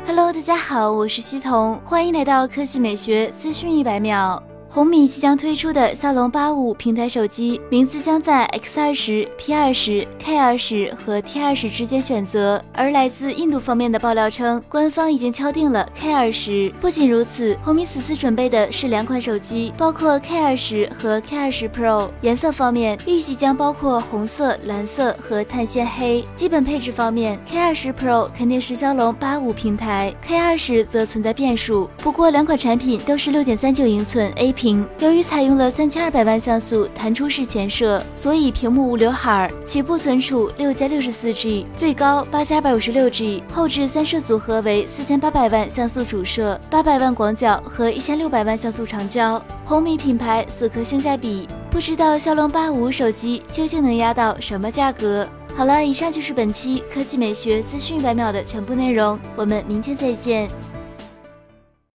Hello， 大家好，我是西彤，欢迎来到科技美学资讯100秒。红米即将推出的骁龙85平台手机，名字将在 X20、P20、K20 和 T20 之间选择。而来自印度方面的爆料称，官方已经敲定了 K20。不仅如此，红米此次准备的是2款手机，包括 K20 和 K20 Pro。颜色方面，预计将包括红色、蓝色和碳纤黑。基本配置方面 ，K20 Pro 肯定是骁龙85平台 ，K20 则存在变数。不过2款产品都是6.39英寸 A 屏。由于采用了3200万像素弹出式前摄，所以屏幕无刘海，起步存储6+64G， 最高8+256G， 后置3摄组合为4800万像素主摄、800万广角和1600万像素长焦。红米品牌死磕性价比，不知道骁龙85手机究竟能压到什么价格？好了，以上就是本期科技美学资讯100秒的全部内容，我们明天再见。